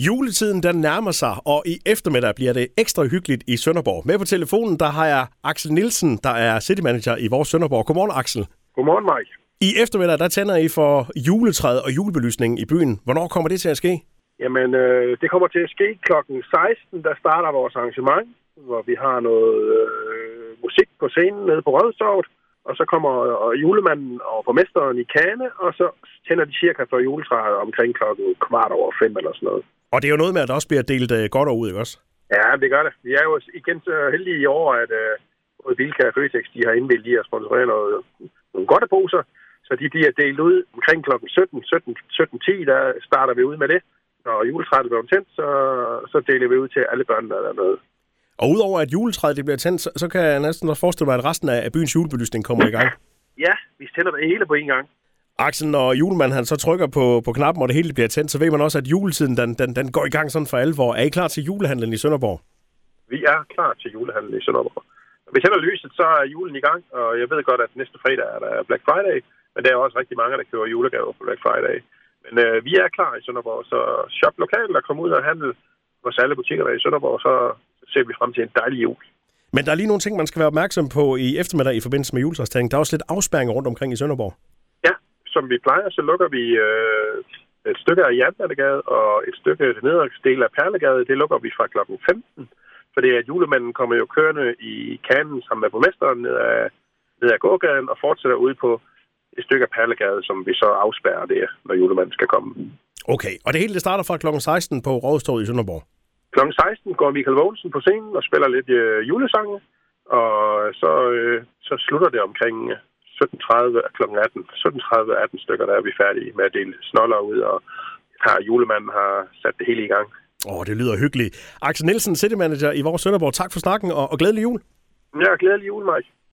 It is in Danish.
Juletiden den nærmer sig, og i eftermiddag bliver det ekstra hyggeligt i Sønderborg. Med på telefonen, der har jeg Axel Nielsen, der er city manager i vores Sønderborg. Godmorgen, Axel. Godmorgen, Mike. I eftermiddag, der tænder I for juletræet og julebelysningen i byen. Hvornår kommer det til at ske? Jamen, det kommer til at ske klokken 16, der starter vores arrangement, hvor vi har noget musik på scenen nede på Rådhusporten. Og så kommer julemanden og borgmesteren i kane, og så tænder de cirka for juletræet omkring klokken 5:15 eller sådan noget. Og det er jo noget med, at der også bliver delt godt ud, ikke også? Ja, det gør det. Vi er jo igen så heldige i år, at både Bilka og Føtex, de har indvildt i at sponsorere nogle godteposer, så de bliver delt ud omkring klokken 17:10, der starter vi ud med det. Når juletræet bliver tændt, så deler vi ud til alle børnene der noget. Og udover at juletræet det bliver tændt, så kan jeg næsten også forestille mig, at resten af byens julebelysning kommer i gang. Ja, vi tænder det hele på en gang. Axel, når julemanden han så trykker på knappen, og det hele bliver tændt, så ved man også, at juletiden den går i gang sådan for alvor. Er I klar til julehandlen i Sønderborg? Vi er klar til julehandlen i Sønderborg. Når vi tænder lyset, så er julen i gang, og jeg ved godt, at næste fredag er der Black Friday, men der er også rigtig mange, der køber julegaver på Black Friday. Men vi er klar i Sønderborg, så shop lokalt og kom ud og handle hos alle butikker der i Sønderborg, så ser vi frem til en dejlig jul. Men der er lige nogle ting, man skal være opmærksom på i eftermiddag i forbindelse med juletræstænding. Der er også lidt afspærringer rundt omkring i Sønderborg. Ja, som vi plejer, så lukker vi et stykke af Jernbanegade og et stykke af den nederste del af Perlegade. Det lukker vi fra klokken 15, fordi at julemanden kommer jo kørende i kanen sammen med borgmesteren ned ad gågaden og fortsætter ud på et stykke af Perlegade, som vi så afspærrer det, når julemanden skal komme. Okay, og det hele det starter fra klokken 16 på Rådhusporten i Sønderborg. Klokken 16 går Michael Mogensen på scenen og spiller lidt julesange, og så slutter det omkring 17:30 klokken 18. 17:30-18 stykker, der er vi færdige med at dele snoller ud, og julemanden har sat det hele i gang. Det lyder hyggeligt. Axel Nielsen, city manager i vores Sønderborg. Tak for snakken, og glædelig jul. Ja, glædelig jul, Mike.